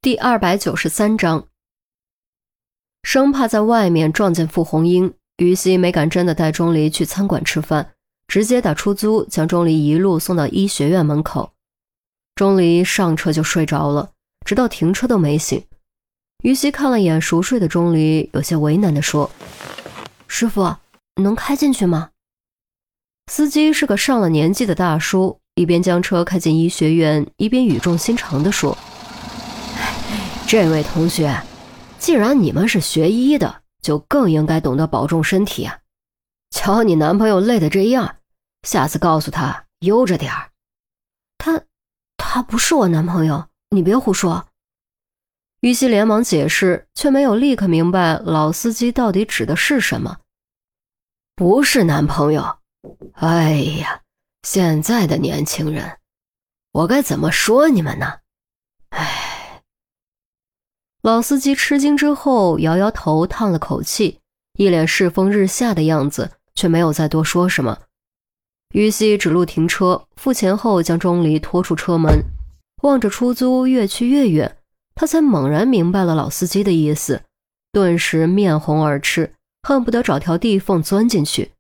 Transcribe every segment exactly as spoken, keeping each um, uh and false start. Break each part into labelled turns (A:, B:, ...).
A: 第二百九十三章，生怕在外面撞见傅红英，于西没敢真的带钟离去餐馆吃饭，直接打出租将钟离一路送到医学院门口。钟离上车就睡着了，直到停车都没醒。于西看了眼熟睡的钟离，有些为难地说：师傅，能开进去吗？司机是个上了年纪的大叔，一边将车开进医学院，一边语重心长地说：这位同学，既然你们是学医的，就更应该懂得保重身体啊。瞧你男朋友累得这样，下次告诉他悠着点儿。他他不是我男朋友，你别胡说。于西连忙解释，却没有立刻明白老司机到底指的是什么。不是男朋友？哎呀，现在的年轻人，我该怎么说你们呢？哎。老司机吃惊之后摇摇头，叹了口气，一脸世风日下的样子，却没有再多说什么。于西指路停车，付钱后将钟离拖出车门，望着出租越去越远，他才猛然明白了老司机的意思，顿时面红耳赤，恨不得找条地缝钻进去。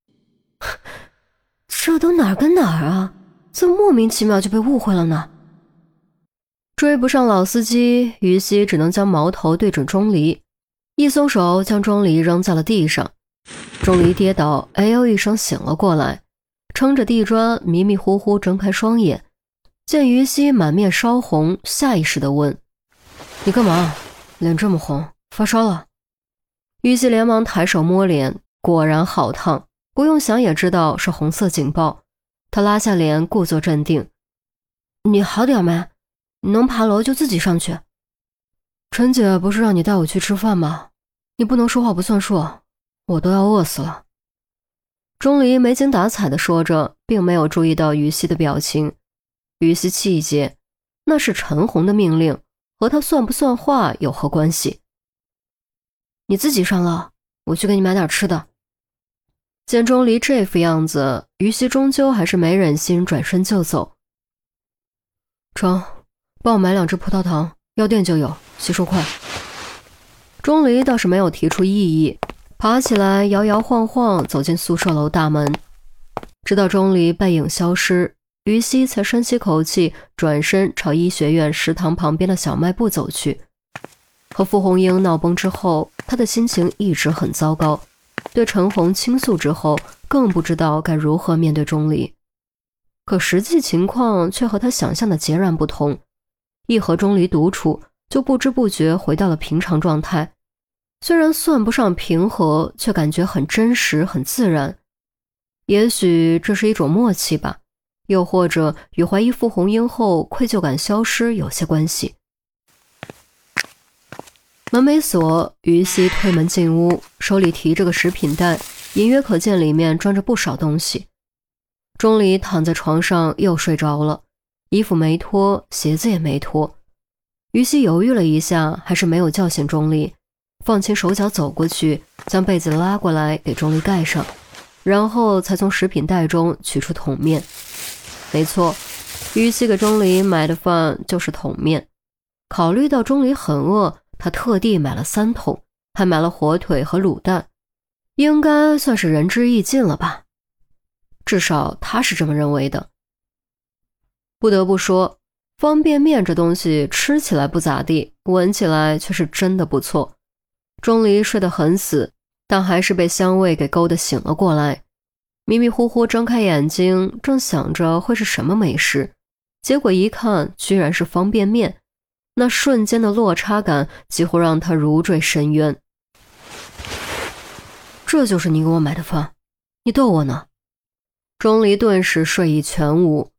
A: 这都哪儿跟哪儿啊，怎么莫名其妙就被误会了呢？追不上老司机，于西只能将矛头对准钟离，一松手将钟离扔在了地上。钟离跌倒，哎呦一声醒了过来，撑着地砖迷迷糊糊睁开双眼，见于西满面烧红，下意识地问：你干嘛？脸这么红，发烧了？于西连忙抬手摸脸，果然好烫，不用想也知道是红色警报。他拉下脸，故作镇定：你好点没？你能爬楼就自己上去。陈姐不是让你带我去吃饭吗？你不能说话不算数，我都要饿死了。钟离没精打采地说着，并没有注意到于西的表情。于西气结，那是陈红的命令，和他算不算话有何关系？你自己上楼，我去给你买点吃的。见钟离这副样子，于西终究还是没忍心转身就走。成，帮我买两只葡萄糖，药店就有，吸收快。钟离倒是没有提出异议，爬起来摇摇晃晃走进宿舍楼大门。直到钟离背影消失，于西才深吸口气，转身朝医学院食堂旁边的小卖部走去。和傅红英闹崩之后，他的心情一直很糟糕，对陈红倾诉之后，更不知道该如何面对钟离。可实际情况却和他想象的截然不同，一和钟离独处，就不知不觉回到了平常状态。虽然算不上平和，却感觉很真实，很自然。也许这是一种默契吧，又或者与怀疑傅红英后愧疚感消失有些关系。门没锁，于西推门进屋，手里提着个食品袋，隐约可见里面装着不少东西。钟离躺在床上又睡着了，衣服没脱，鞋子也没脱。于西犹豫了一下，还是没有叫醒钟离，放轻手脚走过去，将被子拉过来给钟离盖上，然后才从食品袋中取出桶面。没错，于西给钟离买的饭就是桶面。考虑到钟离很饿，他特地买了三桶，还买了火腿和卤蛋，应该算是仁至义尽了吧。至少他是这么认为的。不得不说，方便面这东西吃起来不咋地，闻起来却是真的不错。钟离睡得很死，但还是被香味给勾得醒了过来。迷迷糊糊睁开眼睛，正想着会是什么美食，结果一看居然是方便面，那瞬间的落差感几乎让他如坠深渊。这就是你给我买的饭？你逗我呢？钟离顿时睡意全无。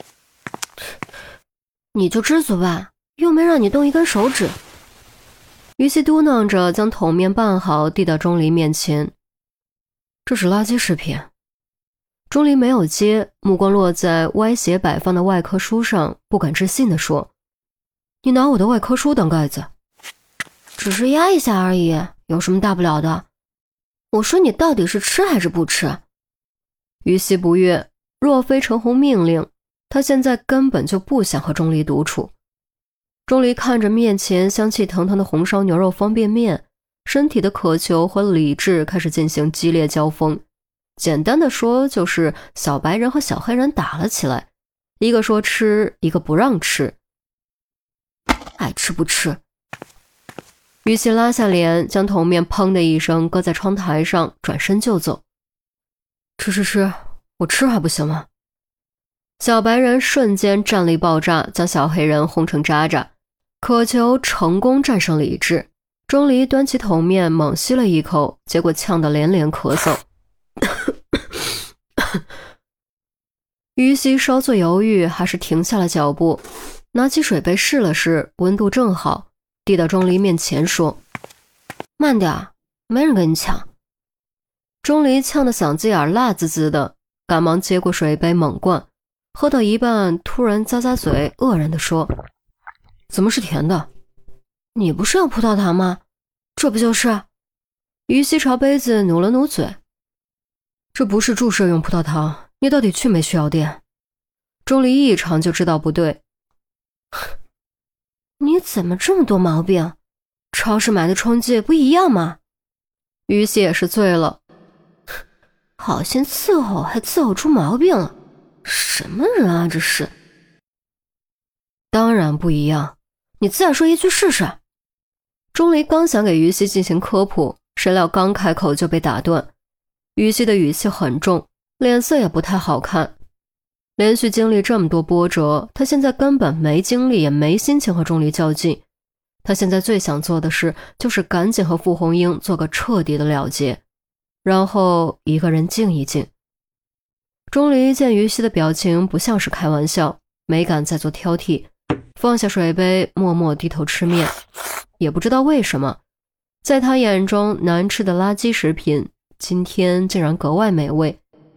A: 你就知足吧，又没让你动一根手指。于西嘟囔着将桶面拌好递到钟离面前。这是垃圾食品。钟离没有接，目光落在歪斜摆放的外科书上，不敢置信地说：你拿我的外科书当盖子？只是压一下而已，有什么大不了的？我说你到底是吃还是不吃？于西不悦，若非陈红命令，他现在根本就不想和钟离独处。 钟离看着面前香气腾腾的红烧牛肉方便面，身体的渴求和理智开始进行激烈交锋。简单的说，就是小白人和小黑人打了起来，一个说吃，一个不让吃。爱吃不吃。于西拉下脸，将桶面砰的一声搁在窗台上，转身就走。吃吃吃，我吃还不行吗？小白人瞬间战力爆炸，将小黑人轰成渣渣。渴求成功战胜理智，钟离端起桶面猛吸了一口，结果呛得连连咳嗽。于西稍作犹豫，还是停下了脚步，拿起水杯试了试，温度正好，递到钟离面前说：慢点，没人跟你抢。钟离呛得嗓子眼辣滋滋的，赶忙接过水杯猛灌，喝到一半突然咂咂嘴，愕然地说：怎么是甜的？你不是要葡萄糖吗？这不就是？于西朝杯子努了努嘴。这不是注射用葡萄糖，你到底去没去药店？钟离一尝就知道不对。你怎么这么多毛病？超市买的冲剂不一样吗？于西也是醉了。好心伺候还伺候出毛病了，什么人啊这是？当然不一样，你再说一句试试。钟离刚想给于西进行科普，谁料刚开口就被打断。于西的语气很重，脸色也不太好看。连续经历这么多波折，他现在根本没精力也没心情和钟离较劲。他现在最想做的事就是赶紧和傅红英做个彻底的了结，然后一个人静一静。钟离见于西的表情不像是开玩笑，没敢再做挑剔，放下水杯，默默低头吃面。也不知道为什么，在他眼中难吃的垃圾食品今天竟然格外美味。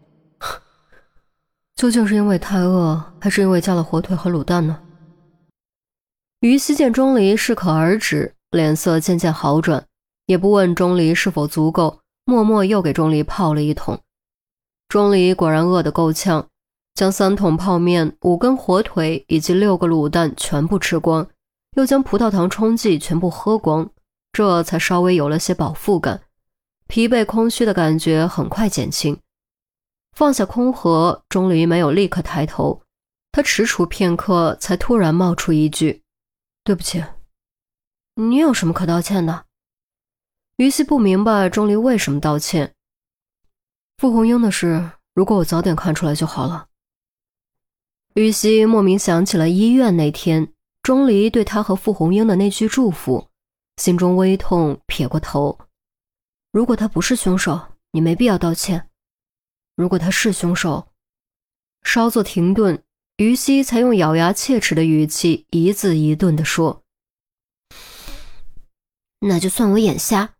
A: 究竟是因为太饿，还是因为加了火腿和卤蛋呢？于西见钟离适可而止，脸色渐渐好转，也不问钟离是否足够，默默又给钟离泡了一桶。钟离果然饿得够呛，将三桶泡面、五根火腿以及六个卤蛋全部吃光，又将葡萄糖冲剂全部喝光，这才稍微有了些饱腹感，疲惫空虚的感觉很快减轻。放下空盒，钟离没有立刻抬头，他踟蹰片刻，才突然冒出一句：对不起。你有什么可道歉的？于西不明白钟离为什么道歉。傅红英的事，如果我早点看出来就好了。于西莫名想起了医院那天钟离对他和傅红英的那句祝福，心中微痛，撇过头。如果他不是凶手，你没必要道歉。如果他是凶手……稍作停顿，于西才用咬牙切齿的语气一字一顿地说：那就算我眼瞎，